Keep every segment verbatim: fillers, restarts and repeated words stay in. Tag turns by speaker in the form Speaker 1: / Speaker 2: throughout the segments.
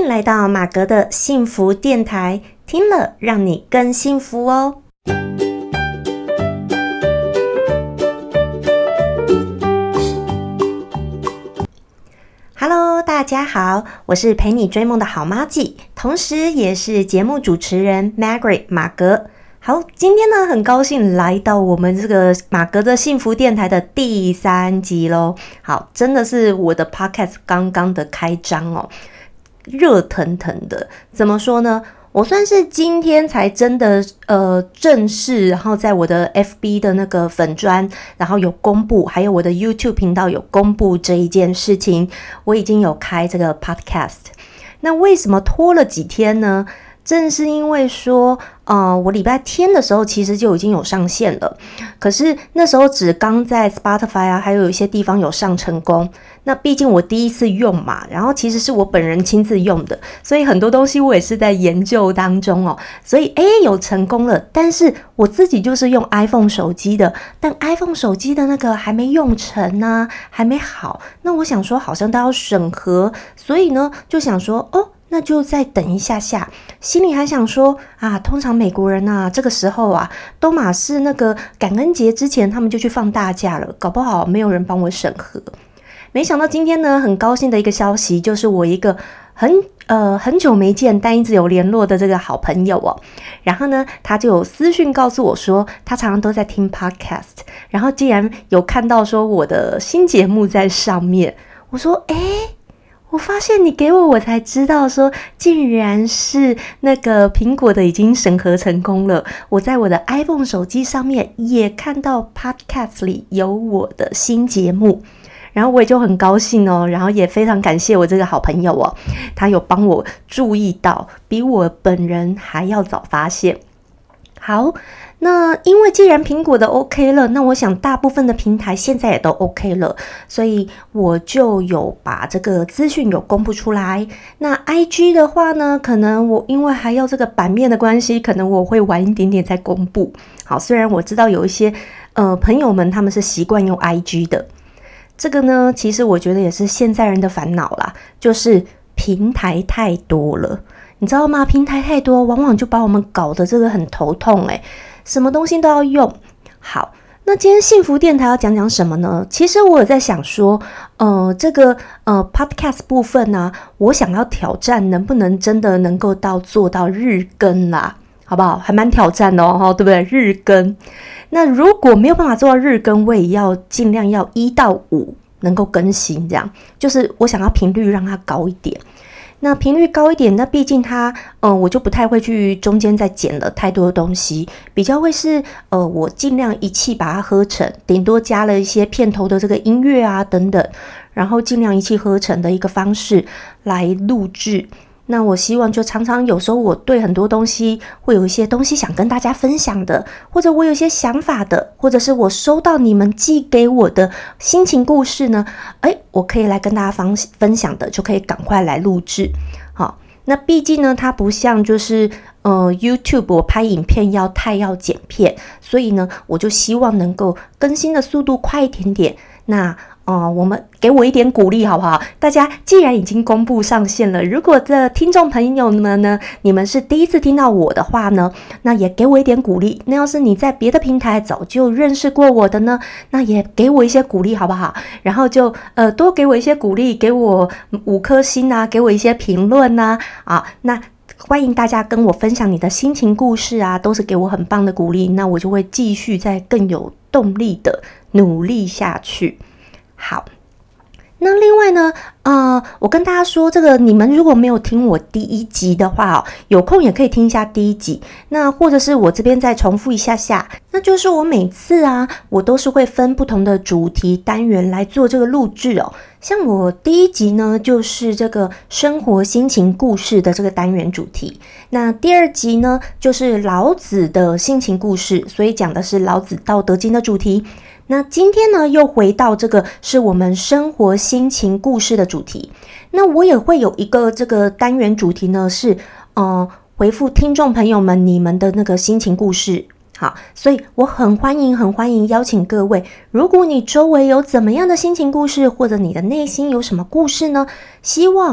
Speaker 1: 迎来到马格的幸福电台，听了让你更幸福哦。Hello， 大家好，我是陪你追梦的好妈吉，同时也是节目主持人 Margaret 马格。好，今天呢很高兴来到我们这个马格的幸福电台的第三集咯。好，真的是我的 podcast 刚刚的开张哦，热腾腾的。怎么说呢？我算是今天才真的呃正式，然后在我的 F B 的那个粉专，然后有公布，还有我的 YouTube 频道有公布这一件事情，我已经有开这个 podcast。那为什么拖了几天呢？正是因为说呃，我礼拜天的时候其实就已经有上线了，可是那时候只刚在 Spotify 啊，还有一些地方有上成功。那毕竟我第一次用嘛，然后其实是我本人亲自用的，所以很多东西我也是在研究当中哦。所以诶有成功了，但是我自己就是用 iPhone 手机的，但 iPhone 手机的那个还没用成啊，还没好。那我想说好像都要审核，所以呢就想说哦，那就再等一下下，心里还想说啊，通常美国人啊，这个时候啊，都马是那个感恩节之前，他们就去放大假了，搞不好没有人帮我审核。没想到今天呢，很高兴的一个消息，就是我一个很呃很久没见，但一直有联络的这个好朋友哦，然后呢，他就有私讯告诉我说，他常常都在听 podcast， 然后竟然有看到说我的新节目在上面，我说诶我发现你给我，我才知道说，竟然是那个苹果的已经审核成功了。我在我的 iPhone 手机上面也看到 Podcast 里有我的新节目，然后我也就很高兴哦，然后也非常感谢我这个好朋友哦，他有帮我注意到，比我本人还要早发现。好，那因为既然苹果的 OK 了，那我想大部分的平台现在也都 OK 了，所以我就有把这个资讯有公布出来。那 I G 的话呢，可能我因为还要这个版面的关系，可能我会晚一点点再公布。好，虽然我知道有一些呃朋友们他们是习惯用 I G 的，这个呢其实我觉得也是现在人的烦恼啦，就是平台太多了。你知道吗？平台太多，往往就把我们搞得这个很头痛诶，什么东西都要用。好，那今天幸福电台要讲讲什么呢？其实我有在想说，呃，这个呃 podcast 部分啊，我想要挑战能不能真的能够到做到日更啦，好不好？还蛮挑战的哦，对不对？日更。那如果没有办法做到日更，我也要尽量要一到五能够更新，这样就是我想要频率让它高一点。那频率高一点，那毕竟它，呃，我就不太会去中间再剪了太多的东西，比较会是，呃，我尽量一气把它合成，顶多加了一些片头的这个音乐啊等等，然后尽量一气呵成的一个方式来录制。那我希望就常常有时候我对很多东西会有一些东西想跟大家分享的，或者我有一些想法的，或者是我收到你们寄给我的心情故事呢，诶我可以来跟大家分享的，就可以赶快来录制。好，那毕竟呢它不像就是呃 YouTube 我拍影片要太要剪片，所以呢我就希望能够更新的速度快一点点。那哦，我们给我一点鼓励好不好？大家既然已经公布上线了，如果这听众朋友们呢，你们是第一次听到我的话呢，那也给我一点鼓励。那要是你在别的平台早就认识过我的呢，那也给我一些鼓励好不好？然后就呃多给我一些鼓励，给我五颗星啊，给我一些评论啊，啊，那欢迎大家跟我分享你的心情故事啊，都是给我很棒的鼓励，那我就会继续再更有动力的努力下去。好，那另外呢，呃，我跟大家说，这个你们如果没有听我第一集的话哦，有空也可以听一下第一集。那或者是我这边再重复一下下，那就是我每次啊，我都是会分不同的主题单元来做这个录制哦。像我第一集呢，就是这个生活心情故事的这个单元主题。那第二集呢，就是老子的心情故事，所以讲的是老子道德经的主题。那今天呢，又回到这个是我们生活心情故事的主题。那我也会有一个这个单元主题呢，是呃回复听众朋友们你们的那个心情故事。好，所以我很欢迎很欢迎邀请各位，如果你周围有怎么样的心情故事，或者你的内心有什么故事呢，希望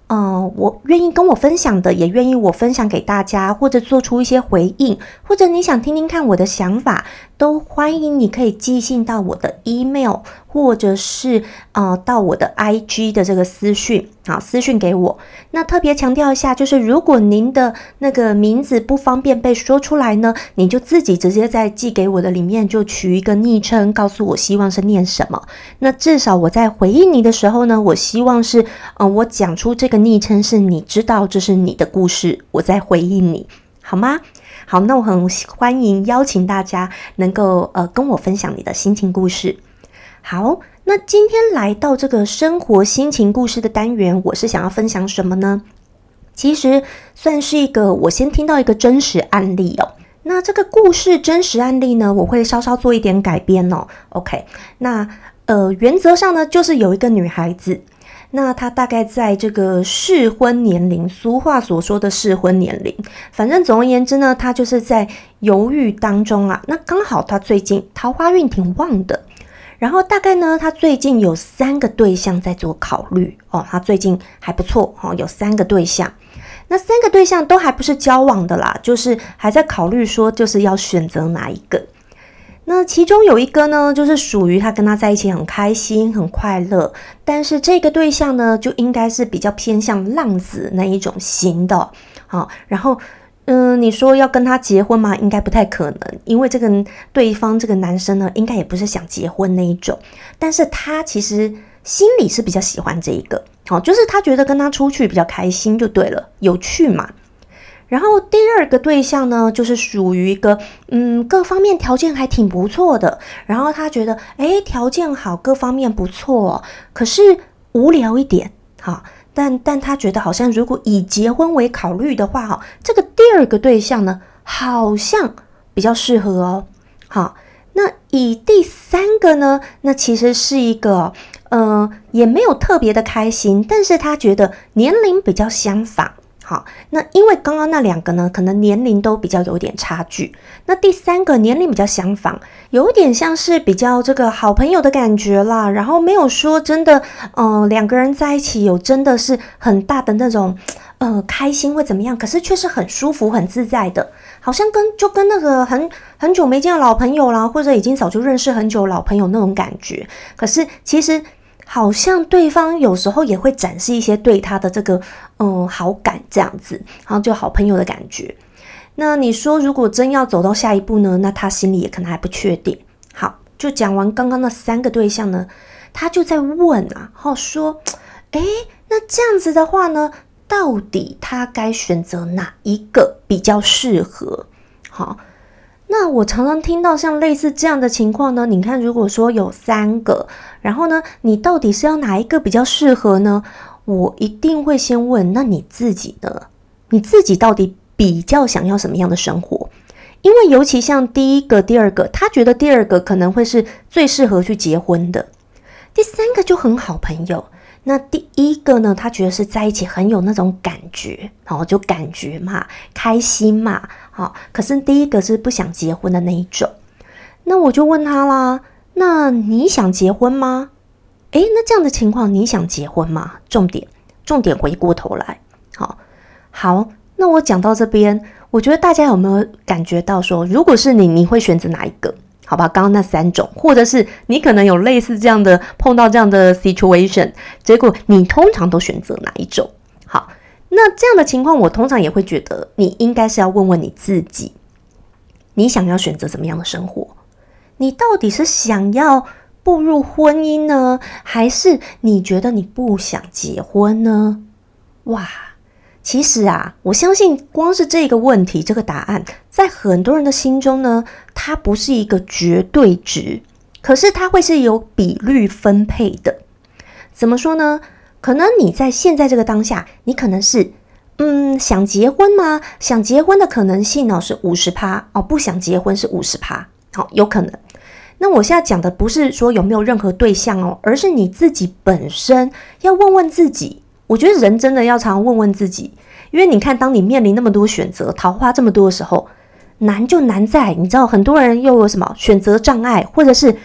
Speaker 1: 呃，我愿意跟我分享的，也愿意我分享给大家，或者做出一些回应，或者你想听听看我的想法，都欢迎你可以寄信到我的 email， 或者是呃到我的 I G 的这个私讯，好，私讯给我。那特别强调一下，就是如果您的那个名字不方便被说出来呢，你就自己直接在寄给我的里面就取一个昵称，告诉我希望是念什么。那至少我在回应你的时候呢，我希望是呃我讲出这个昵称是你知道这是你的故事，我在回应你，好吗？好，那我很欢迎邀请大家能够呃跟我分享你的心情故事。好，那今天来到这个生活心情故事的单元，我是想要分享什么呢？其实算是一个我先听到一个真实案例哦。那这个故事真实案例呢，我会稍稍做一点改编哦。OK， 那呃原则上呢，就是有一个女孩子。那她大概在这个适婚年龄，俗话所说的适婚年龄，反正总而言之呢，她就是在犹豫当中啊。那刚好她最近桃花运挺旺的，然后大概呢，她最近有三个对象在做考虑哦，她最近还不错哦，有三个对象。那三个对象都还不是交往的啦，就是还在考虑说，就是要选择哪一个。那其中有一个呢，就是属于他跟他在一起很开心很快乐，但是这个对象呢，就应该是比较偏向浪子那一种型的。好，然后嗯、呃，你说要跟他结婚吗？应该不太可能，因为这个对方这个男生呢，应该也不是想结婚那一种，但是他其实心里是比较喜欢这一个，好，就是他觉得跟他出去比较开心就对了，有趣嘛。然后第二个对象呢，就是属于一个嗯各方面条件还挺不错的，然后他觉得诶条件好，各方面不错哦，可是无聊一点，好，但但他觉得好像如果以结婚为考虑的话，哈，这个第二个对象呢好像比较适合哦。好，那以第三个呢，那其实是一个呃也没有特别的开心，但是他觉得年龄比较相仿。好，那因为刚刚那两个呢，可能年龄都比较有点差距。那第三个年龄比较相仿，有点像是比较这个好朋友的感觉啦。然后没有说真的，呃，两个人在一起有真的是很大的那种，呃，开心会怎么样？可是却是很舒服、很自在的，好像跟就跟那个很很久没见的老朋友啦，或者已经早就认识很久的老朋友那种感觉。可是其实。好像对方有时候也会展示一些对他的这个嗯好感这样子，然后就好朋友的感觉。那你说如果真要走到下一步呢，那他心里也可能还不确定。好，就讲完刚刚那三个对象呢，他就在问啊，好说，诶，那这样子的话呢，到底他该选择哪一个比较适合？好。那我常常听到像类似这样的情况呢，你看如果说有三个，然后呢，你到底是要哪一个比较适合呢？我一定会先问，那你自己呢？你自己到底比较想要什么样的生活？因为尤其像第一个、第二个，他觉得第二个可能会是最适合去结婚的，第三个就很好朋友。那第一个呢，他觉得是在一起很有那种感觉，哦，就感觉嘛，开心嘛，好。可是第一个是不想结婚的那一种。那我就问他啦，那你想结婚吗？诶，那这样的情况你想结婚吗？重点，重点回过头来，好，好。那我讲到这边，我觉得大家有没有感觉到说，如果是你，你会选择哪一个？好吧，刚刚那三种，或者是你可能有类似这样的碰到这样的 situation， 结果你通常都选择哪一种？好，那这样的情况，我通常也会觉得你应该是要问问你自己，你想要选择怎么样的生活？你到底是想要步入婚姻呢，还是你觉得你不想结婚呢？哇！其实啊，我相信光是这个问题，这个答案，在很多人的心中呢，它不是一个绝对值，可是它会是有比率分配的。怎么说呢？可能你在现在这个当下，你可能是，嗯，想结婚吗？想结婚的可能性呢是 百分之五十 哦，不想结婚是 百分之五十， 好，有可能。那我现在讲的不是说有没有任何对象哦，而是你自己本身要问问自己。我觉得人真的要常常问问自己，因为你看，当你面临那么多选择，桃花这么多的时候，难就难在，你知道很多人又有什么选择障碍，或者是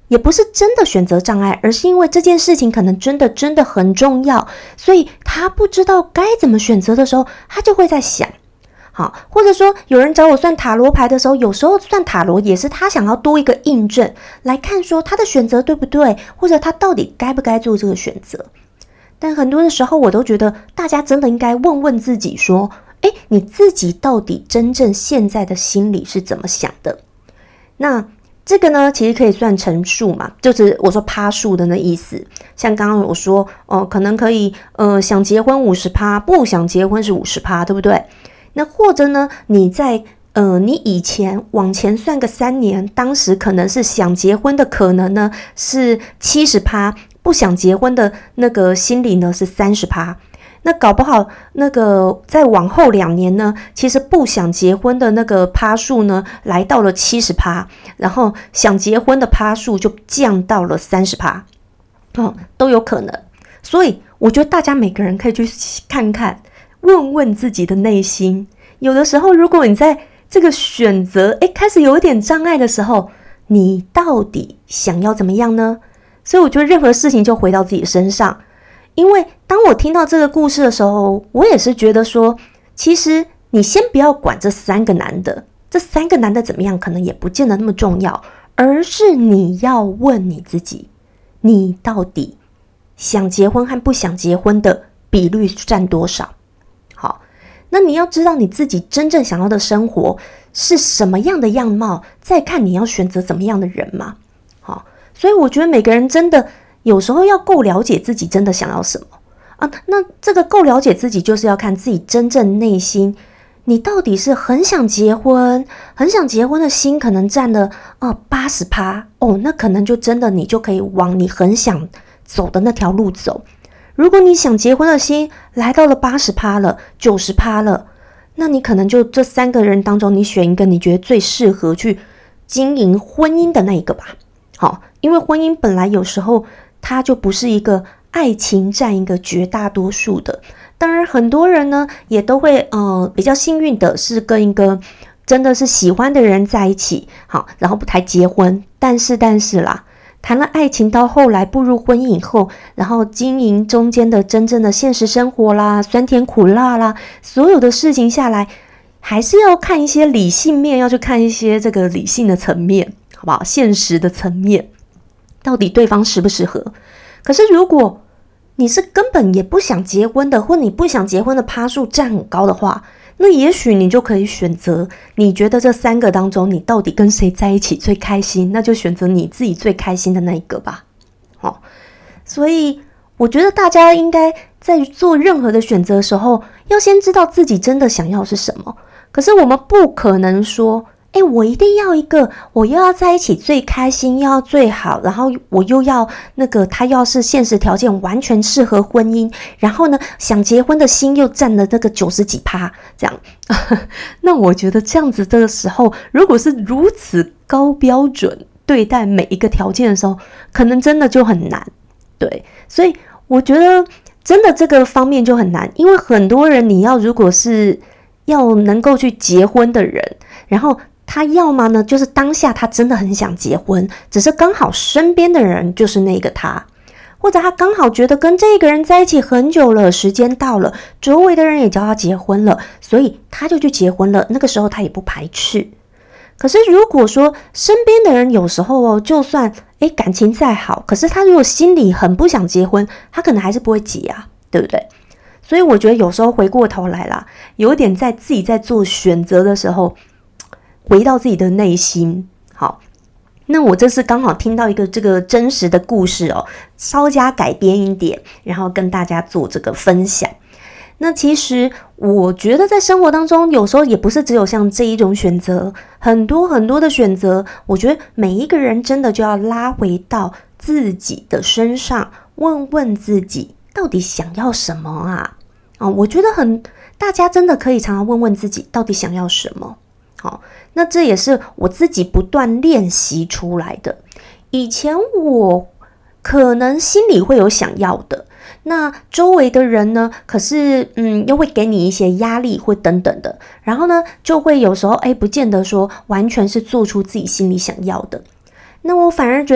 Speaker 1: 也不是真的选择障碍，而是因为这件事情可能真的真的很重要，所以他不知道该怎么选择的时候，他就会在想。好，或者说有人找我算塔罗牌的时候，有时候算塔罗也是他想要多一个印证，来看说他的选择对不对，或者他到底该不该做这个选择。但很多的时候我都觉得大家真的应该问问自己说，诶，你自己到底真正现在的心里是怎么想的？那这个呢，其实可以算成数嘛，就是我说趴数的那意思。像刚刚我说，哦、呃，可能可以，呃，想结婚 百分之五十， 不想结婚是 百分之五十， 对不对？那或者呢，你在呃，你以前往前算个三年，当时可能是想结婚的可能呢是 百分之七十， 不想结婚的那个心理呢是 百分之三十。那搞不好那个再往后两年呢，其实不想结婚的那个趴数呢来到了 百分之七十， 然后想结婚的趴数就降到了 百分之三十， 哦，都有可能。所以我觉得大家每个人可以去看看，问问自己的内心。有的时候如果你在这个选择诶开始有一点障碍的时候，你到底想要怎么样呢？所以我觉得任何事情就回到自己身上。因为当我听到这个故事的时候，我也是觉得说，其实你先不要管这三个男的，这三个男的怎么样可能也不见得那么重要，而是你要问你自己，你到底想结婚和不想结婚的比率占多少？好，那你要知道你自己真正想要的生活是什么样的样貌，再看你要选择怎么样的人嘛。好，所以我觉得每个人真的有时候要够了解自己真的想要什么啊。那这个够了解自己，就是要看自己真正内心，你到底是很想结婚，很想结婚的心可能占了啊 百分之八十 哦，那可能就真的你就可以往你很想走的那条路走。如果你想结婚的心来到了 百分之八十 了 百分之九十 了，那你可能就这三个人当中你选一个你觉得最适合去经营婚姻的那一个吧。好，因为婚姻本来有时候它就不是一个爱情占一个绝大多数的。当然很多人呢也都会呃比较幸运的是跟一个真的是喜欢的人在一起，好，然后才结婚。但是但是啦，谈了爱情到后来步入婚姻以后，然后经营中间的真正的现实生活啦，酸甜苦辣啦，所有的事情下来，还是要看一些理性面，要去看一些这个理性的层面，好不好？现实的层面，到底对方适不适合？可是如果你是根本也不想结婚的，或你不想结婚的趴数占很高的话，那也许你就可以选择，你觉得这三个当中，你到底跟谁在一起最开心，那就选择你自己最开心的那一个吧。哦，所以我觉得大家应该在做任何的选择的时候，要先知道自己真的想要是什么。可是我们不可能说，诶，我一定要一个，我又要在一起最开心，又要最好，然后我又要那个他要是现实条件完全适合婚姻，然后呢想结婚的心又占了那个九十几趴，这样那我觉得这样子的时候，如果是如此高标准对待每一个条件的时候，可能真的就很难。对，所以我觉得真的这个方面就很难，因为很多人你要如果是要能够去结婚的人，然后他要么呢就是当下他真的很想结婚，只是刚好身边的人就是那个他，或者他刚好觉得跟这个人在一起很久了，时间到了，周围的人也叫他结婚了，所以他就去结婚了，那个时候他也不排斥。可是如果说身边的人有时候哦，就算诶感情再好，可是他如果心里很不想结婚，他可能还是不会结啊，对不对？所以我觉得有时候回过头来啦，有点在自己在做选择的时候，回到自己的内心。好，那我这次刚好听到一个这个真实的故事哦，稍加改编一点，然后跟大家做这个分享。那其实我觉得在生活当中，有时候也不是只有像这一种选择，很多很多的选择，我觉得每一个人真的就要拉回到自己的身上，问问自己到底想要什么啊？啊，我觉得很，大家真的可以常常问问自己到底想要什么。好，那这也是我自己不断练习出来的。以前我可能心里会有想要的，那周围的人呢，可是嗯，又会给你一些压力或等等的，然后呢，就会有时候哎，不见得说完全是做出自己心里想要的。那我反而觉得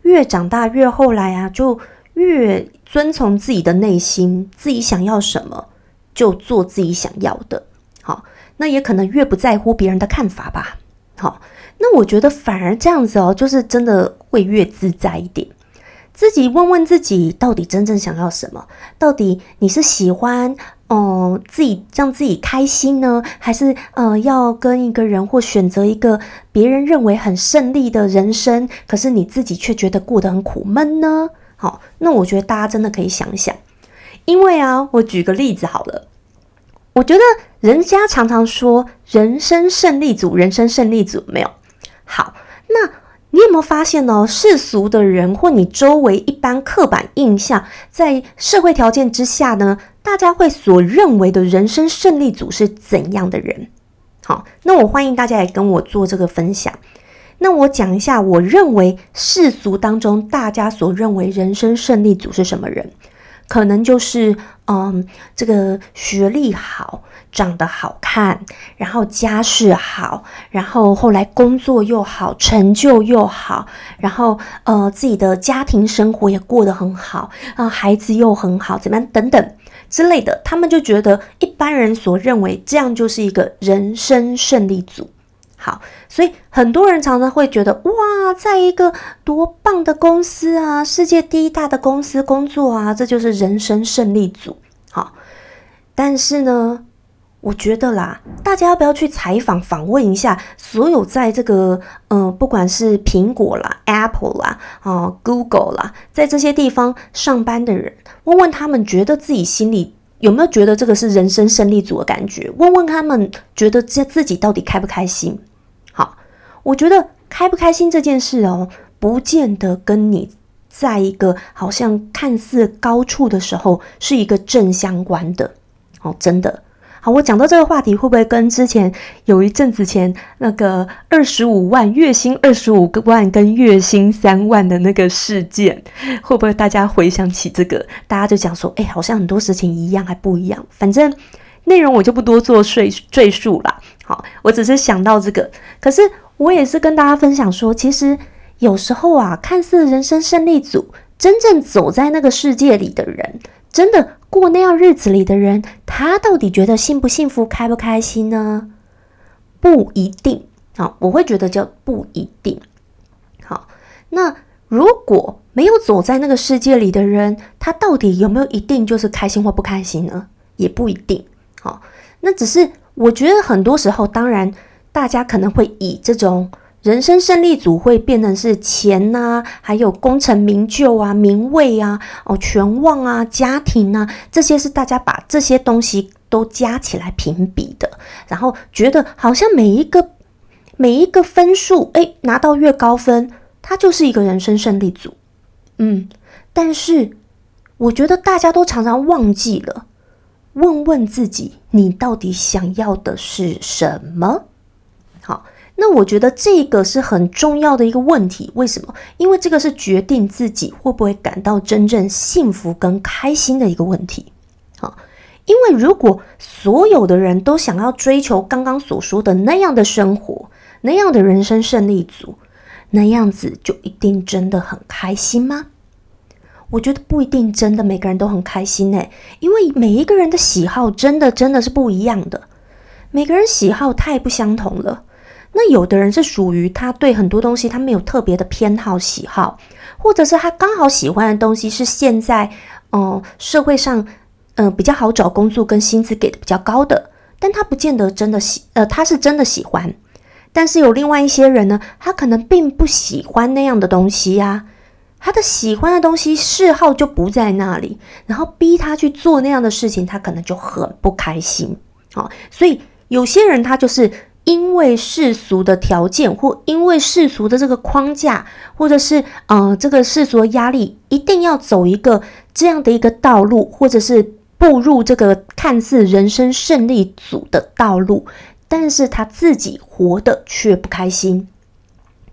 Speaker 1: 越长大越后来啊，就越遵从自己的内心，自己想要什么就做自己想要的。好，那也可能越不在乎别人的看法吧。好，那我觉得反而这样子哦，就是真的会越自在一点。自己问问自己到底真正想要什么，到底你是喜欢哦、呃、自己让自己开心呢，还是呃要跟一个人或选择一个别人认为很胜利的人生，可是你自己却觉得过得很苦闷呢？好，那我觉得大家真的可以想想。因为啊，我举个例子好了，我觉得人家常常说人生胜利组，人生胜利组，没有？好，那你有没有发现呢？世俗的人或你周围一般刻板印象，在社会条件之下呢，大家会所认为的人生胜利组是怎样的人？好，那我欢迎大家来跟我做这个分享。那我讲一下，我认为世俗当中大家所认为人生胜利组是什么人？可能就是嗯，这个学历好，长得好看，然后家世好，然后后来工作又好，成就又好，然后呃自己的家庭生活也过得很好，啊、呃、孩子又很好，怎么样等等之类的，他们就觉得一般人所认为这样就是一个人生胜利组。好，所以很多人常常会觉得，哇，在一个多棒的公司啊，世界第一大的公司工作啊，这就是人生胜利组。好，但是呢，我觉得啦，大家要不要去采访访问一下所有在这个呃，不管是苹果啦、Apple 啦、呃、Google 啦，在这些地方上班的人，问问他们觉得自己心里有没有觉得这个是人生胜利组的感觉？问问他们觉得这自己到底开不开心？好，我觉得开不开心这件事哦，不见得跟你在一个好像看似高处的时候是一个正相关的哦，真的。好，我讲到这个话题，会不会跟之前有一阵子前那个二十五万月薪二十五万跟月薪三万的那个事件，会不会大家回想起这个，大家就讲说，哎，好像很多事情一样还不一样，反正内容我就不多做赘述啦。好，我只是想到这个，可是我也是跟大家分享说，其实有时候啊，看似人生胜利组，真正走在那个世界里的人，真的过那样日子里的人，他到底觉得幸不幸福、开不开心呢？不一定。好，我会觉得叫不一定。好，那如果没有走在那个世界里的人，他到底有没有一定就是开心或不开心呢？也不一定。好，那只是我觉得很多时候，当然大家可能会以这种人生胜利组会变成是钱啊，还有功成名就啊、名位啊、哦、权望啊、家庭啊，这些是大家把这些东西都加起来评比的，然后觉得好像每一个每一个分数，诶，拿到越高分，它就是一个人生胜利组。嗯，但是我觉得大家都常常忘记了问问自己，你到底想要的是什么？好，那我觉得这个是很重要的一个问题。为什么？因为这个是决定自己会不会感到真正幸福跟开心的一个问题。好，因为如果所有的人都想要追求刚刚所说的那样的生活，那样的人生胜利组，那样子就一定真的很开心吗？我觉得不一定真的每个人都很开心耶，因为每一个人的喜好真的真的是不一样的，每个人喜好太不相同了。那有的人是属于他对很多东西他没有特别的偏好喜好，或者是他刚好喜欢的东西是现在呃社会上呃比较好找工作跟薪资给的比较高的，但他不见得真的喜呃他是真的喜欢。但是有另外一些人呢，他可能并不喜欢那样的东西啊，他的喜欢的东西嗜好就不在那里，然后逼他去做那样的事情，他可能就很不开心。好，所以有些人他就是因为世俗的条件，或因为世俗的这个框架，或者是呃这个世俗的压力，一定要走一个这样的一个道路，或者是步入这个看似人生胜利组的道路，但是他自己活得却不开心。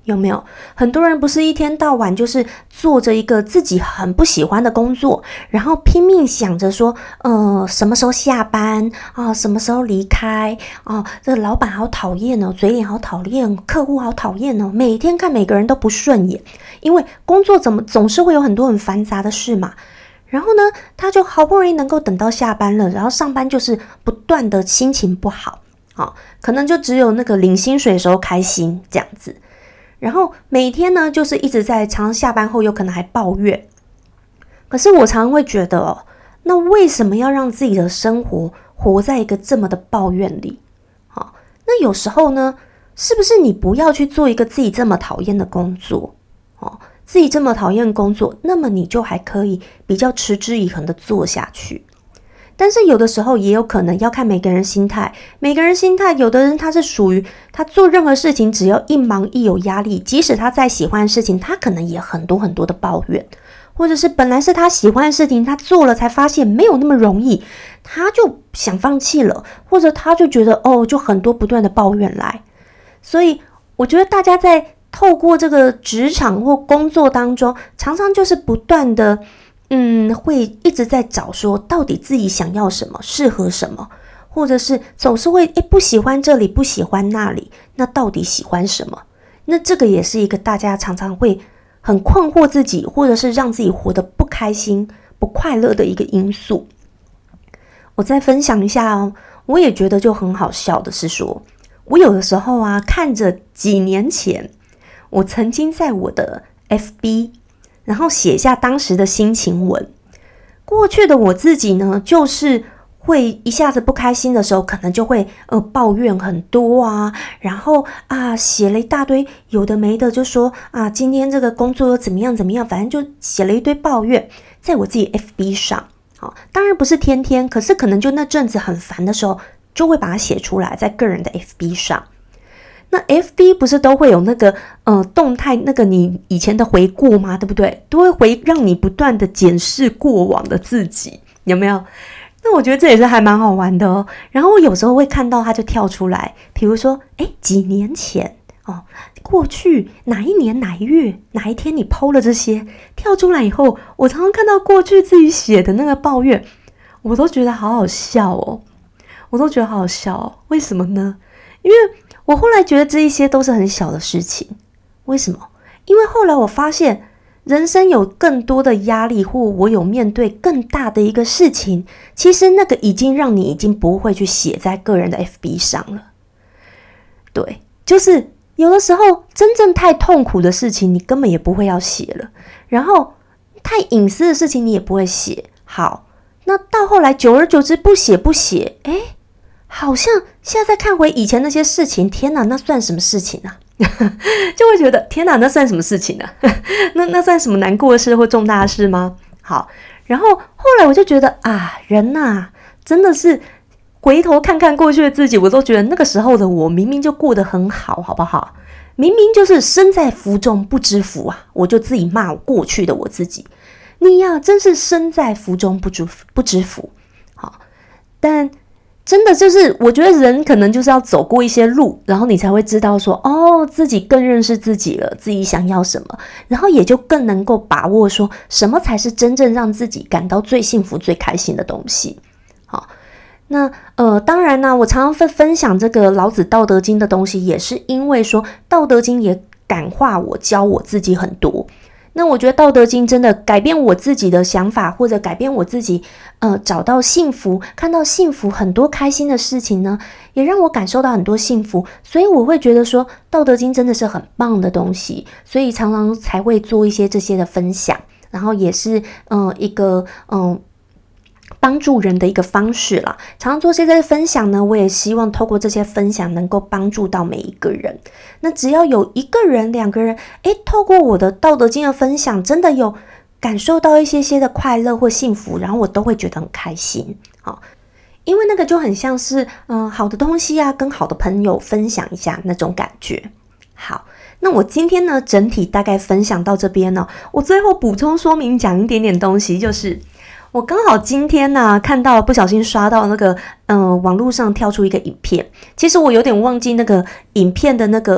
Speaker 1: 有没有？很多人不是一天到晚就是做着一个自己很不喜欢的工作，然后拼命想着说，呃，什么时候下班啊？什么时候离开啊？这个老板好讨厌哦，嘴脸好讨厌，客户好讨厌哦，每天看每个人都不顺眼，因为工作怎么总是会有很多很繁杂的事嘛。然后呢，他就好不容易能够等到下班了，然后上班就是不断的心情不好，啊，可能就只有那个领薪水的时候开心这样子。然后每天呢，就是一直在常常下班后有可能还抱怨。可是我常常会觉得哦，那为什么要让自己的生活活在一个这么的抱怨里？好，那有时候呢，是不是你不要去做一个自己这么讨厌的工作？哦，自己这么讨厌工作，那么你就还可以比较持之以恒的做下去。但是有的时候也有可能要看每个人心态，每个人心态，有的人他是属于他做任何事情只要一忙一有压力，即使他再喜欢的事情，他可能也很多很多的抱怨，或者是本来是他喜欢的事情，他做了才发现没有那么容易，他就想放弃了，或者他就觉得哦，就很多不断的抱怨来。所以我觉得大家在透过这个职场或工作当中，常常就是不断的嗯，会一直在找说到底自己想要什么，适合什么，或者是总是会诶不喜欢这里，不喜欢那里，那到底喜欢什么？那这个也是一个大家常常会很困惑自己，或者是让自己活得不开心、不快乐的一个因素。我再分享一下哦，我也觉得就很好笑的是说，我有的时候啊，看着几年前我曾经在我的 F B然后写下当时的心情文。过去的我自己呢，就是会一下子不开心的时候，可能就会呃抱怨很多啊，然后啊写了一大堆有的没的，就说啊今天这个工作又怎么样怎么样，反正就写了一堆抱怨在我自己 F B 上。好，当然不是天天，可是可能就那阵子很烦的时候，就会把它写出来在个人的 F B 上。那 F B 不是都会有那个呃动态那个你以前的回顾吗？对不对？都会回让你不断的检视过往的自己，有没有？那我觉得这也是还蛮好玩的哦。然后我有时候会看到它就跳出来，比如说诶几年前哦，过去哪一年哪一月哪一天你 po 了这些跳出来以后，我常常看到过去自己写的那个抱怨，我都觉得好好笑哦，我都觉得好好笑哦。为什么呢？因为我后来觉得这一些都是很小的事情。为什么？因为后来我发现人生有更多的压力，或我有面对更大的一个事情，其实那个已经让你已经不会去写在个人的 F B 上了。对，就是有的时候真正太痛苦的事情你根本也不会要写了，然后太隐私的事情你也不会写。好，那到后来久而久之不写不写，诶好像现在再看回以前那些事情，天哪，那算什么事情啊？就会觉得天哪，那算什么事情啊？那那算什么难过的事或重大的事吗？好，然后后来我就觉得啊，人啊，真的是回头看看过去的自己，我都觉得那个时候的我明明就过得很好，好不好？明明就是身在福中不知福啊，我就自己骂过去的我自己，你呀，真是身在福中不知不知福。好，但真的就是我觉得人可能就是要走过一些路，然后你才会知道说哦，自己更认识自己了，自己想要什么，然后也就更能够把握说什么才是真正让自己感到最幸福最开心的东西。好，那呃当然呢，我常常会分享这个老子道德经的东西，也是因为说道德经也感化我，教我自己很多。那我觉得道德经真的改变我自己的想法，或者改变我自己呃，找到幸福，看到幸福很多开心的事情呢，也让我感受到很多幸福，所以我会觉得说道德经真的是很棒的东西，所以常常才会做一些这些的分享，然后也是呃一个嗯、呃帮助人的一个方式啦。常常做这些分享呢，我也希望透过这些分享能够帮助到每一个人。那只要有一个人两个人诶透过我的道德经的分享真的有感受到一些些的快乐或幸福，然后我都会觉得很开心。好，因为那个就很像是嗯、呃、好的东西啊，跟好的朋友分享一下那种感觉。好，那我今天呢整体大概分享到这边呢、哦，我最后补充说明讲一点点东西，就是我刚好今天呢、啊、看到不小心刷到那个呃网络上跳出一个影片，其实我有点忘记那个影片的那个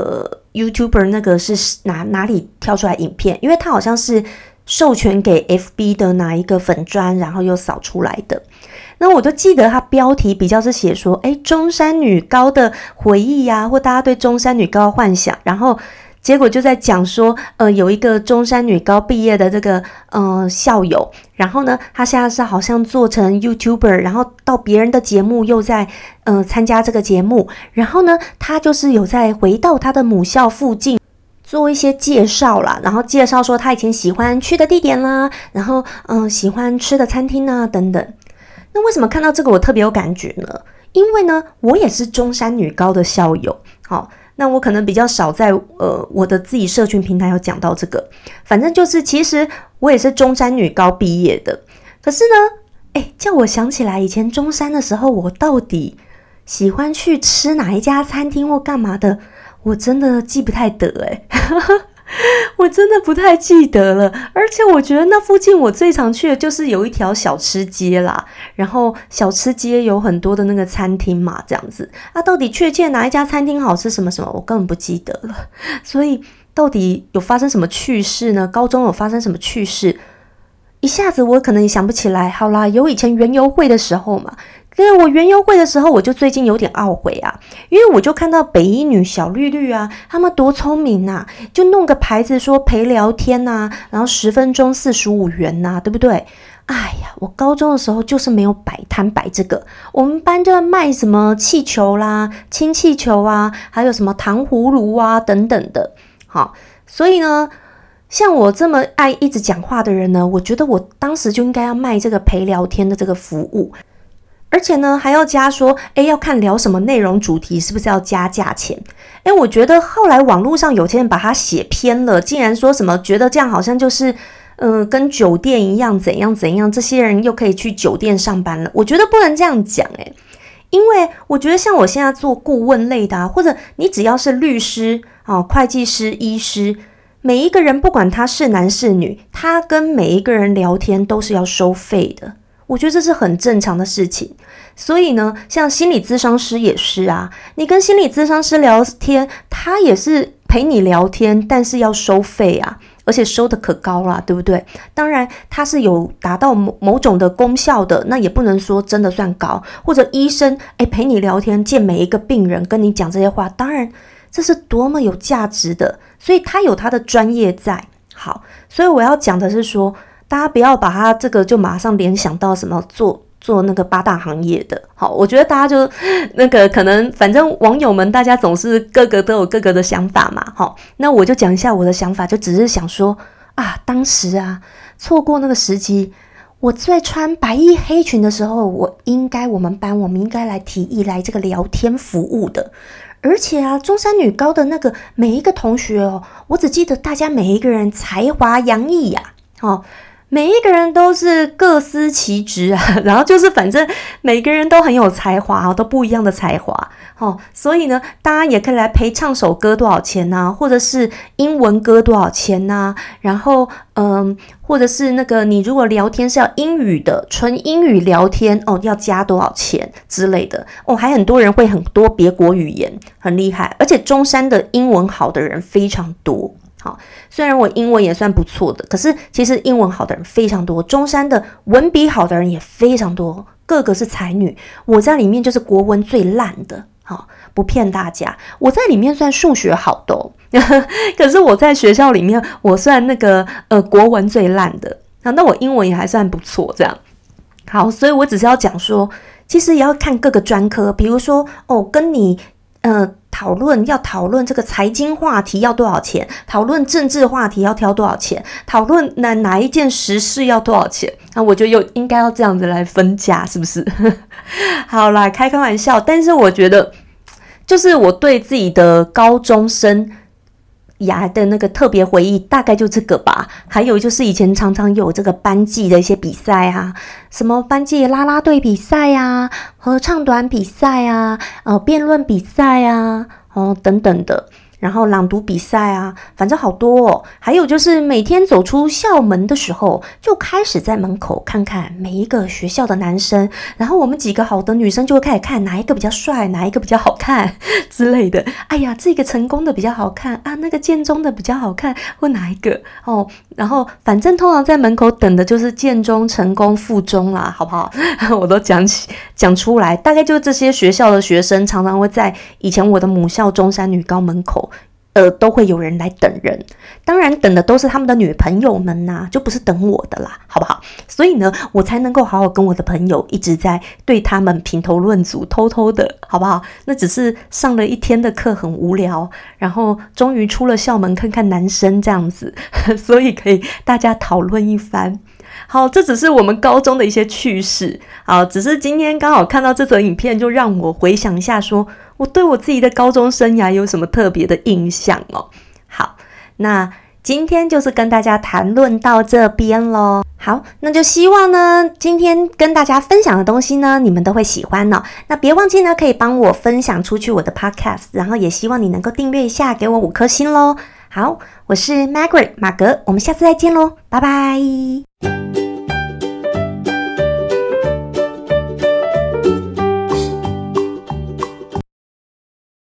Speaker 1: YouTuber 那个是哪哪里跳出来影片，因为他好像是授权给 F B 的哪一个粉专，然后又扫出来的。那我就记得他标题比较是写说，诶，中山女高的回忆啊，或大家对中山女高的幻想，然后结果就在讲说，呃，有一个中山女高毕业的这个呃校友，然后呢，他现在是好像做成 YouTuber， 然后到别人的节目又在呃参加这个节目，然后呢，他就是有在回到他的母校附近做一些介绍啦，然后介绍说他以前喜欢去的地点啦，然后嗯、呃、喜欢吃的餐厅啊等等。那为什么看到这个我特别有感觉呢？因为呢，我也是中山女高的校友，好。那我可能比较少在呃我的自己社群平台有讲到这个，反正就是其实我也是中山女高毕业的，可是呢，诶，叫我想起来以前中山的时候，我到底喜欢去吃哪一家餐厅或干嘛的，我真的记不太得诶我真的不太记得了，而且我觉得那附近我最常去的就是有一条小吃街啦，然后小吃街有很多的那个餐厅嘛，这样子啊，到底确切哪一家餐厅好吃什么什么，我根本不记得了。所以到底有发生什么趣事呢？高中有发生什么趣事？一下子我可能也想不起来。好啦，有以前园游会的时候嘛，因为我园游会的时候，我就最近有点懊悔啊，因为我就看到北一女小绿绿啊，他们多聪明啊，就弄个牌子说陪聊天啊，然后十分钟四十五元啊，对不对？哎呀，我高中的时候就是没有摆摊摆这个，我们班就在卖什么气球啦、氢气球啊，还有什么糖葫芦啊等等的。好，所以呢，像我这么爱一直讲话的人呢，我觉得我当时就应该要卖这个陪聊天的这个服务。而且呢，还要加说，诶，要看聊什么内容主题，是不是要加价钱？诶，我觉得后来网络上有些人把它写偏了，竟然说什么觉得这样好像就是，嗯、呃，跟酒店一样怎样怎样，这些人又可以去酒店上班了。我觉得不能这样讲，诶，因为我觉得像我现在做顾问类的啊，或者你只要是律师、哦、会计师、医师，每一个人不管他是男是女，他跟每一个人聊天都是要收费的。我觉得这是很正常的事情，所以呢，像心理咨商师也是啊，你跟心理咨商师聊天，他也是陪你聊天，但是要收费啊，而且收的可高啦，对不对？当然，他是有达到某某种的功效的，那也不能说真的算高。或者医生，诶，陪你聊天，见每一个病人，跟你讲这些话，当然这是多么有价值的，所以他有他的专业在。好，所以我要讲的是说，大家不要把他这个就马上联想到什么做做那个八大行业的。好，我觉得大家就那个可能反正网友们大家总是各个都有各个的想法嘛。好，那我就讲一下我的想法，就只是想说啊，当时啊错过那个时机，我在穿白衣黑裙的时候，我应该我们班我们应该来提议来这个聊天服务的。而且啊，中山女高的那个每一个同学哦，我只记得大家每一个人才华洋溢呀、啊，哦，每一个人都是各司其职啊，然后就是反正每个人都很有才华，都不一样的才华，哦，所以呢，大家也可以来陪唱首歌多少钱啊，或者是英文歌多少钱啊，然后嗯，或者是那个你如果聊天是要英语的，纯英语聊天哦，要加多少钱之类的哦，还很多人会很多别国语言，很厉害，而且中山的英文好的人非常多。好，虽然我英文也算不错的，可是其实英文好的人非常多，中山的文笔好的人也非常多，个个是才女。我在里面就是国文最烂的，好，不骗大家，我在里面算数学好的哦，可是我在学校里面我算那个呃国文最烂的，那我英文也还算不错，这样。好，所以我只是要讲说，其实也要看各个专科，比如说哦，跟你呃。讨论要讨论这个财经话题要多少钱，讨论政治话题要挑多少钱，讨论哪哪一件时事要多少钱，那我就又应该要这样子来分价，是不是？好啦，开开玩笑，但是我觉得就是我对自己的高中生涯的那个特别回忆大概就这个吧，还有就是以前常常有这个班级的一些比赛啊，什么班级啦啦队比赛啊，合唱团比赛啊，呃，辩论比赛啊，哦等等的。 然后朗读比赛啊，反正好多哦。还有就是每天走出校门的时候，就开始在门口看看每一个学校的男生，然后我们几个好的女生就会开始看哪一个比较帅，哪一个比较好看之类的。哎呀，这个成功的比较好看啊，那个建中的比较好看，或哪一个哦。然后反正通常在门口等的就是建中、成功、附中啦，好不好？我都讲起讲出来，大概就是这些学校的学生常常会在以前我的母校中山女高门口。呃，都会有人来等人，当然等的都是他们的女朋友们呐、啊，就不是等我的啦，好不好？所以呢，我才能够好好跟我的朋友一直在对他们评头论足，偷偷的，好不好？那只是上了一天的课很无聊，然后终于出了校门看看男生这样子，所以可以大家讨论一番。好，这只是我们高中的一些趣事。好，只是今天刚好看到这则影片，就让我回想一下说，我对我自己的高中生涯有什么特别的印象哦。好，那今天就是跟大家谈论到这边咯。好，那就希望呢，今天跟大家分享的东西呢，你们都会喜欢哦。那别忘记呢，可以帮我分享出去我的 podcast， 然后也希望你能够订阅一下，给我五颗星咯。好，我是 Margaret 马格，我们下次再见咯，拜拜。